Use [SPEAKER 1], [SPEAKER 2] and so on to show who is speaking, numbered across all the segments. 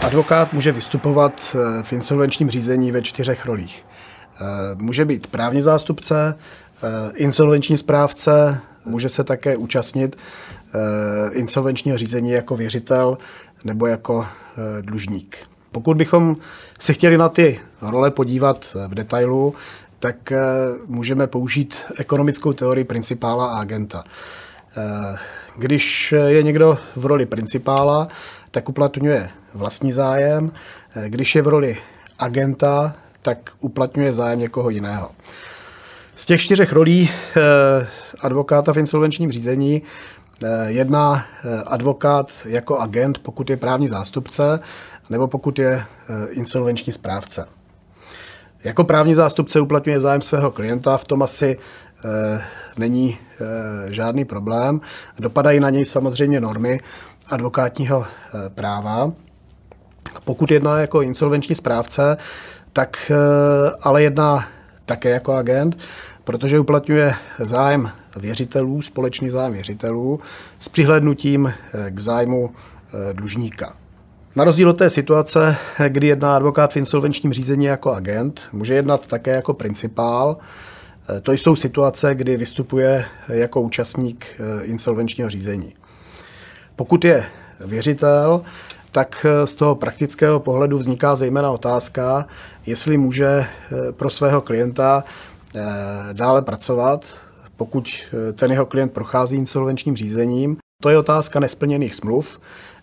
[SPEAKER 1] Advokát může vystupovat v insolvenčním řízení ve 4 rolích. Může být právní zástupce, insolvenční správce, může se také účastnit insolvenčního řízení jako věřitel nebo jako dlužník. Pokud bychom se chtěli na ty role podívat v detailu, tak můžeme použít ekonomickou teorii principála a agenta. Když je někdo v roli principála, tak uplatňuje vlastní zájem. Když je v roli agenta, tak uplatňuje zájem někoho jiného. Z těch 4 rolí advokáta v insolvenčním řízení jedná advokát jako agent, pokud je právní zástupce, nebo pokud je insolvenční správce. Jako právní zástupce uplatňuje zájem svého klienta, v tom asi není žádný problém. Dopadají na něj samozřejmě normy advokátního práva. Pokud jedná jako insolvenční správce, tak ale jedná také jako agent, protože uplatňuje zájem věřitelů, společný zájem věřitelů s přihlédnutím k zájmu dlužníka. Na rozdíl od té situace, kdy jedná advokát v insolvenčním řízení jako agent, může jednat také jako principál. To jsou situace, kdy vystupuje jako účastník insolvenčního řízení. Pokud je věřitel, tak z toho praktického pohledu vzniká zejména otázka, jestli může pro svého klienta dále pracovat, pokud ten jeho klient prochází insolvenčním řízením. To je otázka nesplněných smluv,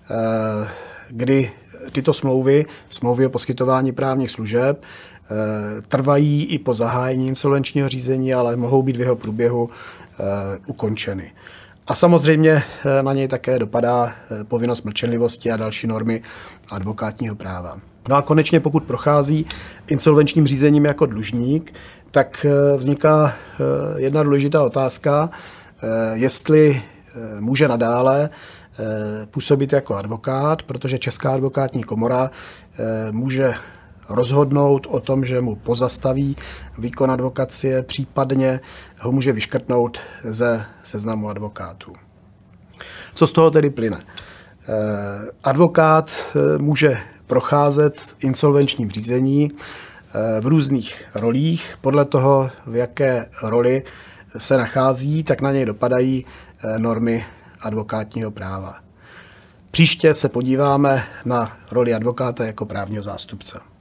[SPEAKER 1] kdy tyto smlouvy o poskytování právních služeb, trvají i po zahájení insolvenčního řízení, ale mohou být v jeho průběhu ukončeny. A samozřejmě na něj také dopadá povinnost mlčenlivosti a další normy advokátního práva. No a konečně, pokud prochází insolvenčním řízením jako dlužník, tak vzniká jedna důležitá otázka, jestli může nadále působit jako advokát, protože Česká advokátní komora může rozhodnout o tom, že mu pozastaví výkon advokacie, případně ho může vyškrtnout ze seznamu advokátů. Co z toho tedy plyne? Advokát může procházet insolvenčním řízení v různých rolích. Podle toho, v jaké roli se nachází, tak na něj dopadají normy advokátního práva. Příště se podíváme na roli advokáta jako právního zástupce.